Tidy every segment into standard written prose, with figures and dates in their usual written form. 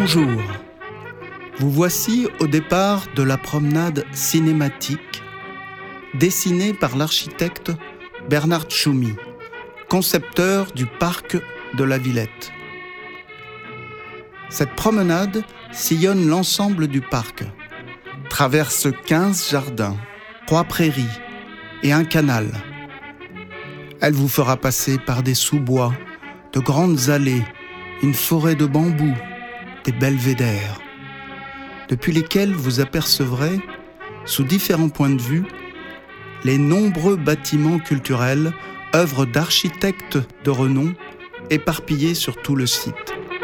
Bonjour. Vous voici au départ de la promenade cinématique dessinée par l'architecte Bernard Tchoumi, concepteur du parc de la Villette. Cette promenade sillonne l'ensemble du parc, traverse 15 jardins, 3 prairies et un canal. Elle vous fera passer par des sous-bois, de grandes allées, une forêt de bambous, des belvédères, depuis lesquels vous apercevrez, sous différents points de vue, les nombreux bâtiments culturels, œuvres d'architectes de renom, éparpillés sur tout le site.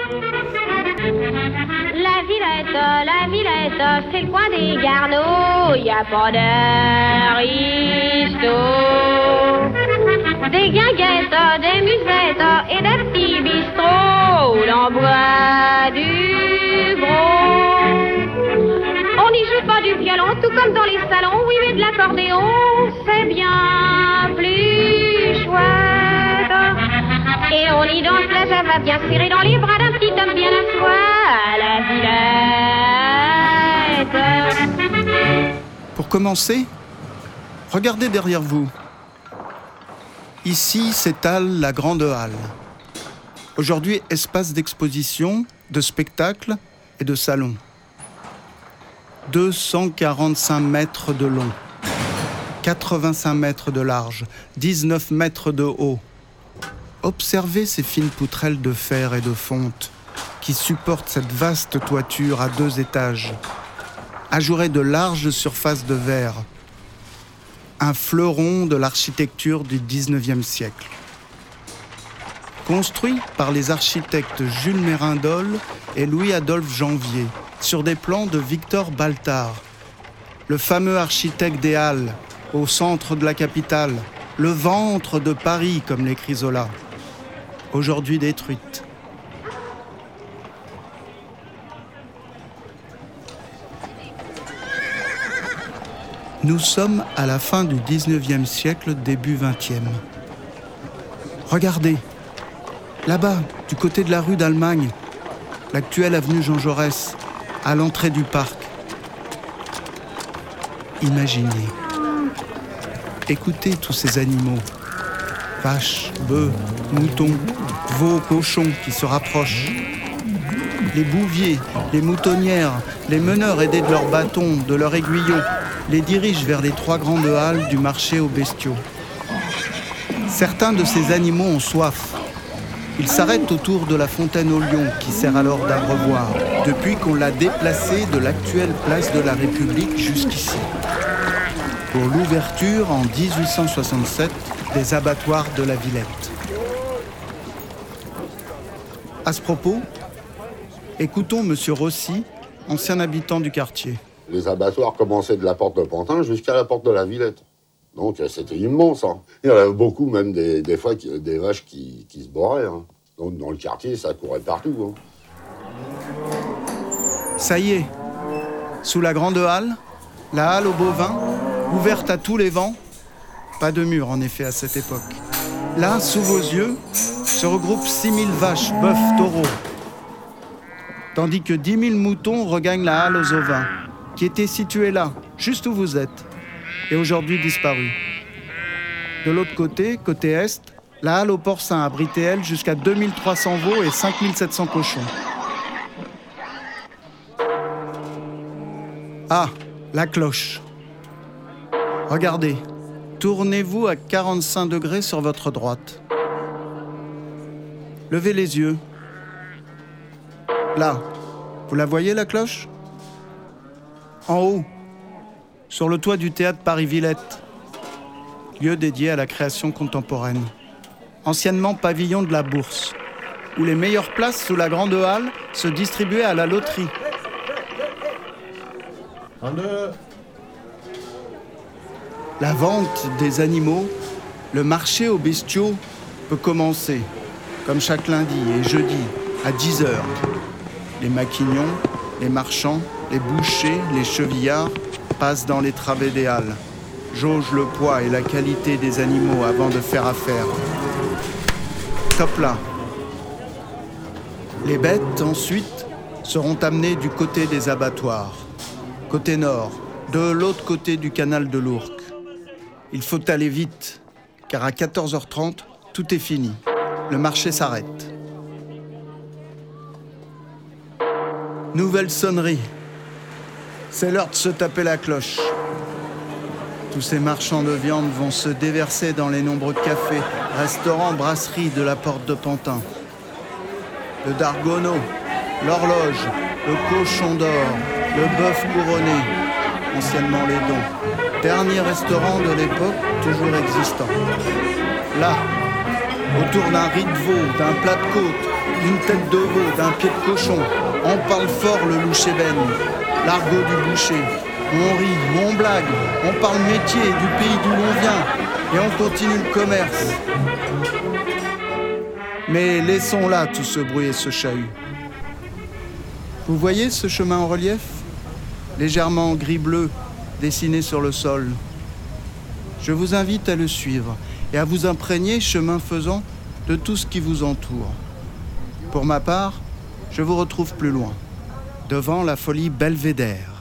La Villette, c'est le coin des Garneaux, y a pas d'aristo. Des guinguettes, des musettes et des petits bistrots, l'on boit du gros. On n'y joue pas du violon, tout comme dans les salons, oui, mais de l'accordéon, c'est bien plus chouette. Et on y danse la java bien serrée dans les bras d'un petit homme bien à soi, à la Villette. Pour commencer, regardez derrière vous. Ici s'étale la Grande Halle. Aujourd'hui, espace d'exposition, de spectacles et de salons. 245 mètres de long, 85 mètres de large, 19 mètres de haut. Observez ces fines poutrelles de fer et de fonte qui supportent cette vaste toiture à 2 étages, ajourées de larges surfaces de verre. Un fleuron de l'architecture du XIXe siècle. Construit par les architectes Jules Mérindol et Louis-Adolphe Janvier, sur des plans de Victor Baltard, le fameux architecte des Halles, au centre de la capitale, le ventre de Paris, comme l'écrit Zola, aujourd'hui détruite. Nous sommes à la fin du XIXe siècle, début XXe. Regardez, là-bas, du côté de la rue d'Allemagne, l'actuelle avenue Jean Jaurès, à l'entrée du parc. Imaginez. Écoutez tous ces animaux. Vaches, bœufs, moutons, veaux, cochons qui se rapprochent. Les bouviers, les moutonnières, les meneurs aidés de leurs bâtons, de leurs aiguillons, les dirigent vers les 3 grandes halles du marché aux bestiaux. Certains de ces animaux ont soif. Ils s'arrêtent autour de la fontaine aux lions qui sert alors d'abreuvoir, depuis qu'on l'a déplacée de l'actuelle place de la République jusqu'ici. Pour l'ouverture en 1867 des abattoirs de la Villette. À ce propos, écoutons M. Rossi, ancien habitant du quartier. Les abattoirs commençaient de la porte de Pantin jusqu'à la porte de la Villette. Donc c'était immense. Hein. Il y en avait beaucoup, même des fois, des vaches qui se bourraient. Hein. Donc dans le quartier, ça courait partout. Hein. Ça y est, sous la grande halle, la halle aux bovins, ouverte à tous les vents, pas de mur en effet à cette époque. Là, sous vos yeux, se regroupent 6000 vaches, bœufs, taureaux. Tandis que 10 000 moutons regagnent la halle aux ovins, qui était située là, juste où vous êtes, et aujourd'hui disparue. De l'autre côté, côté est, la halle aux porcins abritait, elle, jusqu'à 2300 veaux et 5700 cochons. Ah, la cloche. Regardez, tournez-vous à 45 degrés sur votre droite. Levez les yeux. Là, vous la voyez la cloche ? En haut, sur le toit du théâtre Paris-Villette, lieu dédié à la création contemporaine. Anciennement pavillon de la Bourse, où les meilleures places sous la grande halle se distribuaient à la loterie. La vente des animaux, le marché aux bestiaux peut commencer, comme chaque lundi et jeudi, à 10h. Les maquignons, les marchands, les bouchers, les chevillards passent dans les travées des halles, jaugent le poids et la qualité des animaux avant de faire affaire. Top là. Les bêtes, ensuite, seront amenés du côté des abattoirs, côté nord, de l'autre côté du canal de l'Ourcq. Il faut aller vite, car à 14h30, tout est fini. Le marché s'arrête. Nouvelle sonnerie. C'est l'heure de se taper la cloche. Tous ces marchands de viande vont se déverser dans les nombreux cafés, restaurants, brasseries de la porte de Pantin. Le Dargono, l'Horloge, le Cochon d'Or, le Bœuf Couronné, anciennement les Dons. Dernier restaurant de l'époque, toujours existant. Là, autour d'un riz de veau, d'un plat de côte, d'une tête de veau, d'un pied de cochon, on parle fort le louchébène, l'argot du boucher. On rit, on blague, on parle métier du pays d'où l'on vient et on continue le commerce. Mais laissons là tout ce bruit et ce chahut. Vous voyez ce chemin en relief, légèrement gris-bleu, dessiné sur le sol. Je vous invite à le suivre et à vous imprégner, chemin faisant, de tout ce qui vous entoure. Pour ma part, je vous retrouve plus loin, devant la folie Belvédère.